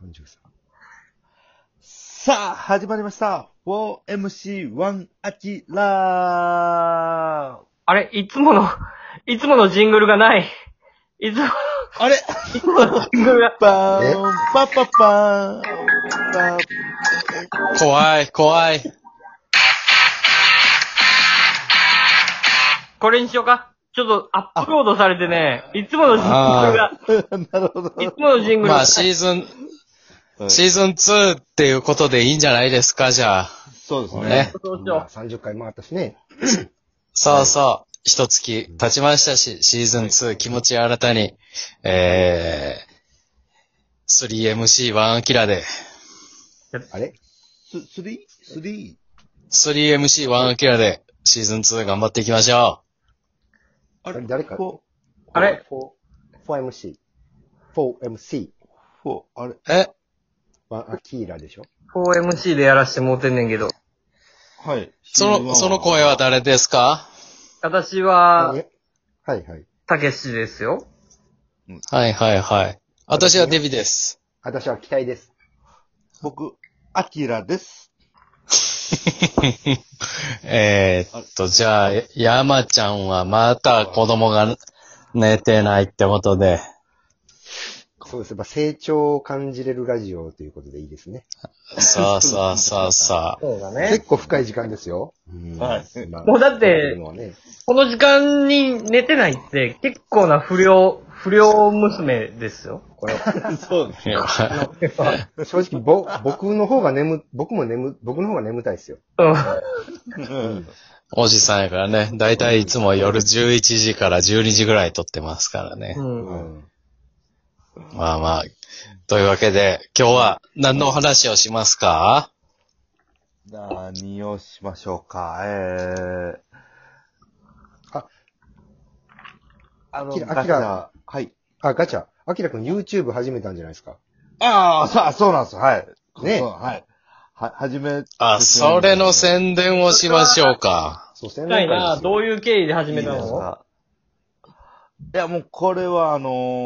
33。 さあ、始まりました。4MC1 アキラー。 あれいつものジングルがない。いつもあれのジングルが。 パーン、パパパーン、パ怖い。 これにしようか。ちょっとアップロードされてね、いつものジングルが、 なるほど。 いつものジングルが。 まあ、シーズン2っていうことでいいんじゃないですか、じゃあ。 そうですね。 ね。 そうしよまあ、30回回ったしね。 そうそう。一月経ちましたし、シーズン2気持ち新たに、3MC1 アキラで、 あれ 3？ 3MC1 アキラで、シーズン2頑張っていきましょあれ誰か。 あれ 4MC。4MC。 あれう。えアキーラでしょ。 う。4MC でやらしてもうてんねんけど。 はい。 その声は誰ですか？ 私は、 はいはい。 たけしですよ。 はい。私はデビです。 私は期待です。 僕、アキラです。 じゃあ、山ちゃんはまた子供が寝てないってことで。 そうです。成長を感じれるラジオということでいいですね。 そう。 そうだね結。構深い時間ですよ。 はいまあもうだってのはね、 この時間に寝てないって結構な不良娘ですよ。これは。 そうですね。 正直僕の方が眠たいですよ。 うんおじさんやからね。だいたいいつも夜11時から12時ぐらい撮ってますからね。まあ。というわけで、今日は何のお話をしますか？ 何をしましょうか。 アキラガチャはい。 ガチャ。アキラくん YouTube 始めたんじゃないですか。 そうなんです。はい。 ねそうはい。はじめ。 それの宣伝をしましょうか。 そう、 深いな。どういう経緯で始めたの？ いいですか。いや、もうこれは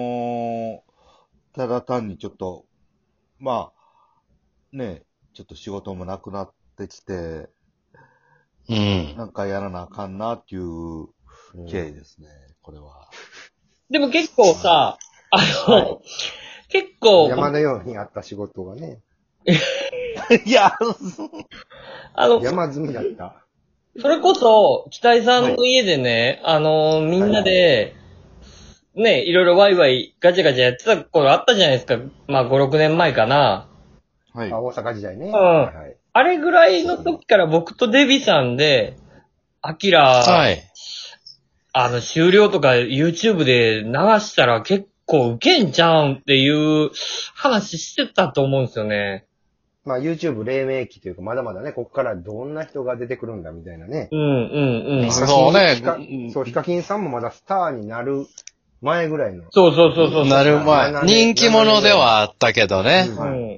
ただ単にちょっと、まあ、ね、ちょっと仕事もなくなってきて、 うん。 なんかやらなあかんなっていう経緯ですね、これは。 でも結構さ、結構、 山のようにあった仕事がね、 いや、 山積みだった。 それこそ、北井さんの家でね、みんなで、ね、いろいろワイワイガチャガチャやってた頃あったじゃないですか。まあ、5、6年前かな。 はい。 大阪時代ね。 はいあれぐらいの時から僕とデビさんで、アキラ、 はい。 終了とか YouTube で流したら結構ウケんじゃんっていう話してたと思うんですよね。 まあ YouTube 黎明期というか、まだまだね、こっからどんな人が出てくるんだみたいなね。 そうね。 そう、ヒカキンさんもまだスターになる前ぐらいの。 そう。 なる前。人気者ではあったけどね。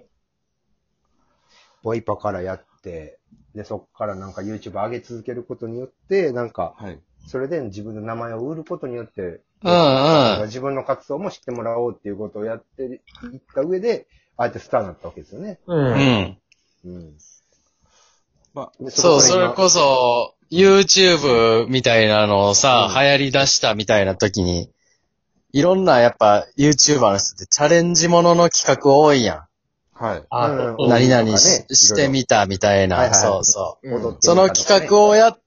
ボイパからやって、で、そっからなんか YouTube 上げ続けることによって、なんか、それで自分の名前を売ることによって、自分の活動も知ってもらおうっていうことをやっていった上で、あえてスターになったわけですよね。 そう、それこそ、YouTube みたいなのをさ、流行り出したみたいな時に、いろんなやっぱ YouTuber の人ってチャレンジものの企画多いやん。 はい。 何々してみたみたいな。そう。その企画をやって、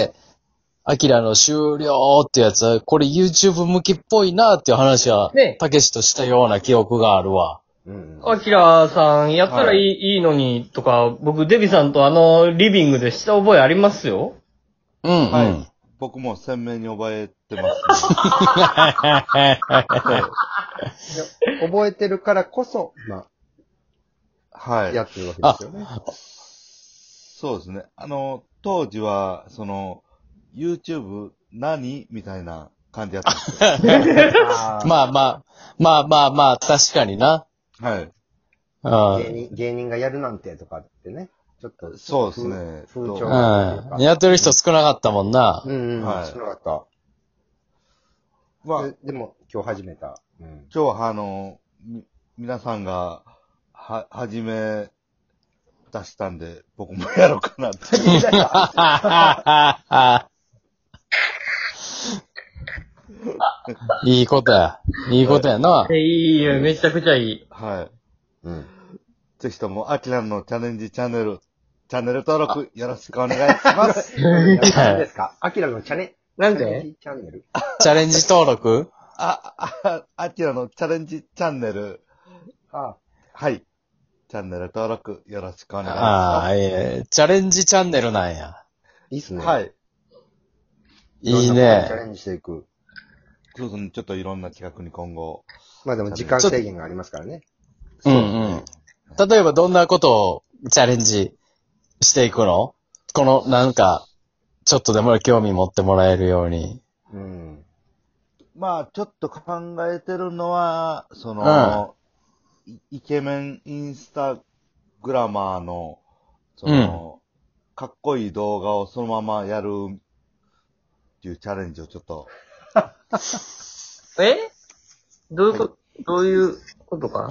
アキラの終了ってやつは、これ YouTube 向きっぽいなっていう話は、たけしとしたような記憶があるわ。 アキラさん、やったらいいのにとか、僕、デビさんとリビングでした覚えありますよ。 はい。僕も鮮明に覚えてますね。 覚えてるからこそ、まあ、やってるわけですよね。 そうですね。当時は、YouTube 何みたいな感じだったんですよ。 まあ、確かにな。 はい。 芸人がやるなんてとかってね。ちょっと。 そうですね。 風潮が。 やってる人少なかったもんな。 少なかった。でも、今日始めた。 今日は皆さんが、 はじめ、出したんで、僕もやろうかなって。 いいことや。いいことやな。 いいよ、めちゃくちゃいい。 はい。うん。ぜひとも、アキラのチャレンジチャンネル登録よろしくお願いします。 何ですか？アキラのなんでチャンネルチャレンジ登録アキラのチャレンジチャンネル。はい。チャンネル登録よろしくお願いします。 チャレンジチャンネルなんや。 いいっすね。 はい。 いいね。 チャレンジしていく。 そうそう、ちょっといろんな企画に今後。 まあでも時間制限がありますからね。 うんうん。例えばどんなことをチャレンジしていくの？このなんか、ちょっとでも興味持ってもらえるように。 うん。 まあ、ちょっと考えてるのは、イケメンインスタグラマーの、かっこいい動画をそのままやるっていうチャレンジをちょっと。 どういうことか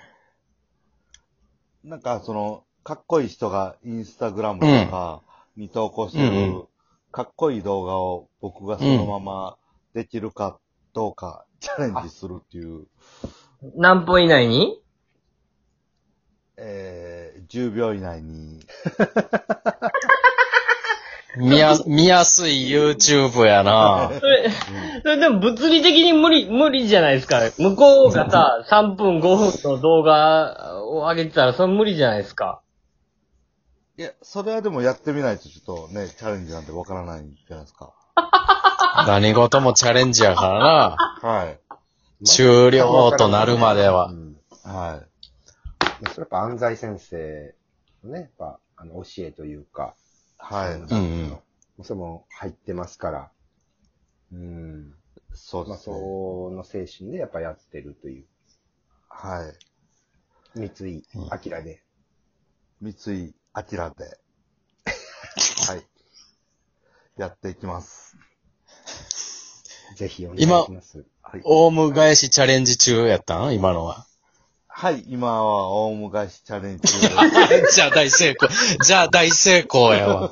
なんかかっこいい人がインスタグラムとかに投稿してる、かっこいい動画を僕がそのままできるかどうかチャレンジするっていう。 何分以内に 10秒以内に。 見やすい YouTube やな。 それでも物理的に無理じゃないですか。向こうがさ、3分5分の動画を上げてたら、それ無理じゃないですか。 いや、それはでもやってみないとちょっとね、チャレンジなんてわからないじゃないですか。 何事もチャレンジやからな。 はい。 終了となるまでは。 はい。 それやっぱ安西先生のね、やっぱ教えというか。 はい。 それも入ってますから。 そうですね。 まあ、その精神でやっぱやってるという。 はい。 三井明で。 三井明で。はい。やっていきます。 ぜひお願いします。 今、オウム返しチャレンジ中やったん今のは。 はい、今はオウム返しチャレンジ中です。じゃあ大成功やわ。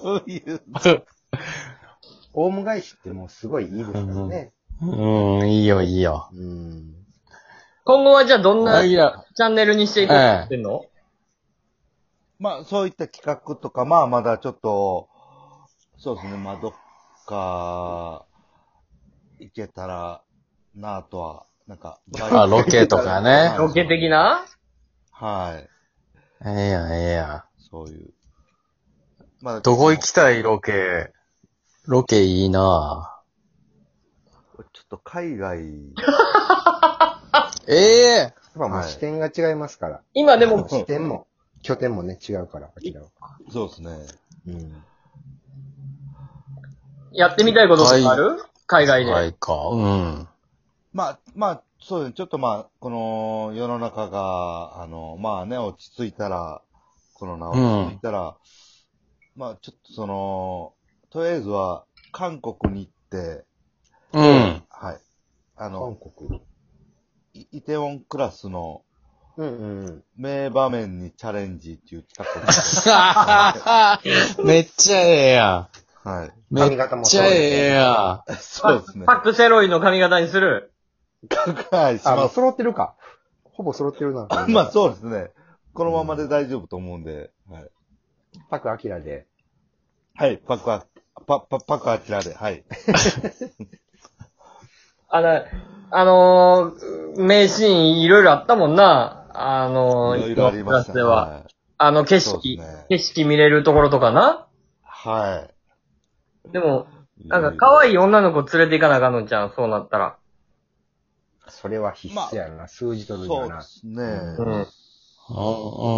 オウム返しってもうすごいいいですからね。 いいよいいよ。 今後はじゃあどんなチャンネルにしていこうと思ってんの？ まあ、そういった企画とか、まあ、まだちょっと、そうですね、まあ、どっか、行けたらなぁとは、なんか、 ロケとかね。 ロケ的な？ はい。 ええやん。 そういう。まあ、 どこ行きたいロケいいなぁ。ちょっと海外。 やっぱもう視点が違いますから。 今でも。 視点も、拠点もね、違うから、 そうですね。 やってみたいこととかある？海外で。 まあ、そうですね。ちょっとまあ、この世の中が、まあね、落ち着いたら、コロナ落ち着いたら、まあちょっととりあえずは、韓国に行って、はい。 韓国イテウォンクラスの、名場面にチャレンジっていう企画をめっちゃええやん。はい。 めっちゃええやん。 そうですね。 パックセロイの髪型にする。 はい、します。 揃ってるか。ほぼ揃ってるな。 まあそうですね。このままで大丈夫と思うんで。はい。 パクアキラで。 はい、パクアキラで、はい。 名シーンいろいろあったもんな。 いろいろありましたね。 景色見れるところとかな。 はい。 でも、なんか可愛い女の子連れて行かなあかんのじゃん、そうなったら。 それは必須やな、数字取るにはな。 そうですね。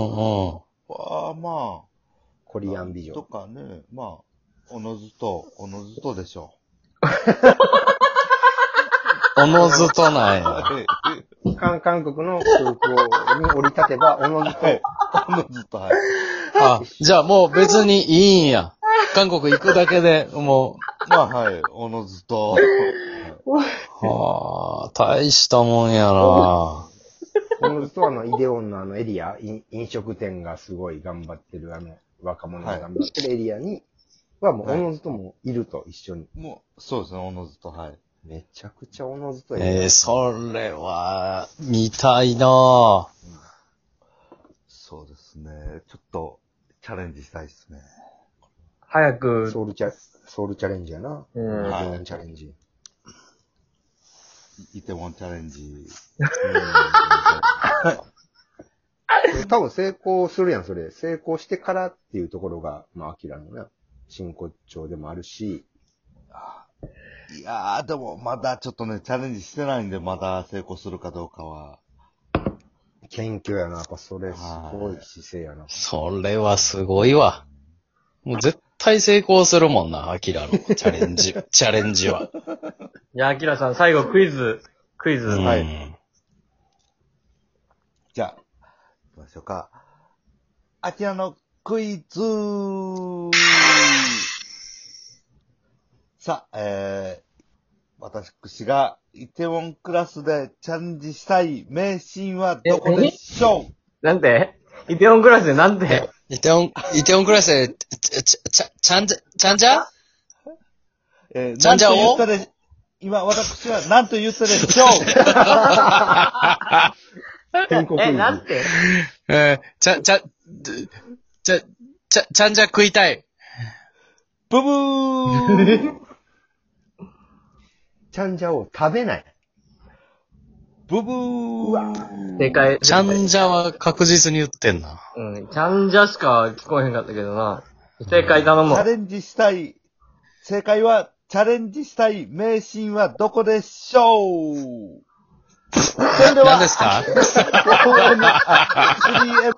まあ。 コリアン美女。 とかね、まあ、おのずとでしょう。おのずとなんや。 韓国の空港に降り立てば、おのずと。 おのずと、はい。 じゃあもう別にいいんや。韓国行くだけで、もう。まあはい、おのずと。 大したもんやなおのずとイデオンのエリア、飲食店がすごい頑張ってる若者が頑張ってるエリアに、はもうおのずともいると一緒に。 もう、そうですね、おのずと、はい。 めちゃくちゃおのずとそれは、見たいなぁ。 そうですね。ちょっと、チャレンジしたいですね。 早く。 ソウルチャレンジやな。イテウォンチャレンジ。 イテウォンチャレンジ。 多分成功するやん、それ。成功してからっていうところが、アキラのね、真骨頂でもあるし。 いやー、でもまだちょっとね、チャレンジしてないんで、まだ成功するかどうかは。 謙虚やな、やっぱそれすごい姿勢やな。 それはすごいわ。もう絶対成功するもんな、アキラのチャレンジは。 じゃあ、アキラさん、最後クイズ。 はい。じゃあ、行きましょうか。アキラのクイズさあ、私がイテウォンクラスでチャレンジしたい名シーンはどこでしょう？ なんてイテウォンクラスでなんてイテウォンクラスで、ちゃんじゃちゃんじゃを今、私は何と言ったでしょう？ なんてちゃんじゃ食いたい。 ブブーちゃんじゃを食べない。 ブブー正解。 ちゃんじゃは確実に言ってんな。 ちゃんじゃしか聞こえへんかったけどな。正解頼む。 正解は、チャレンジしたい名シーンはどこでしょう？それでは、 何ですか？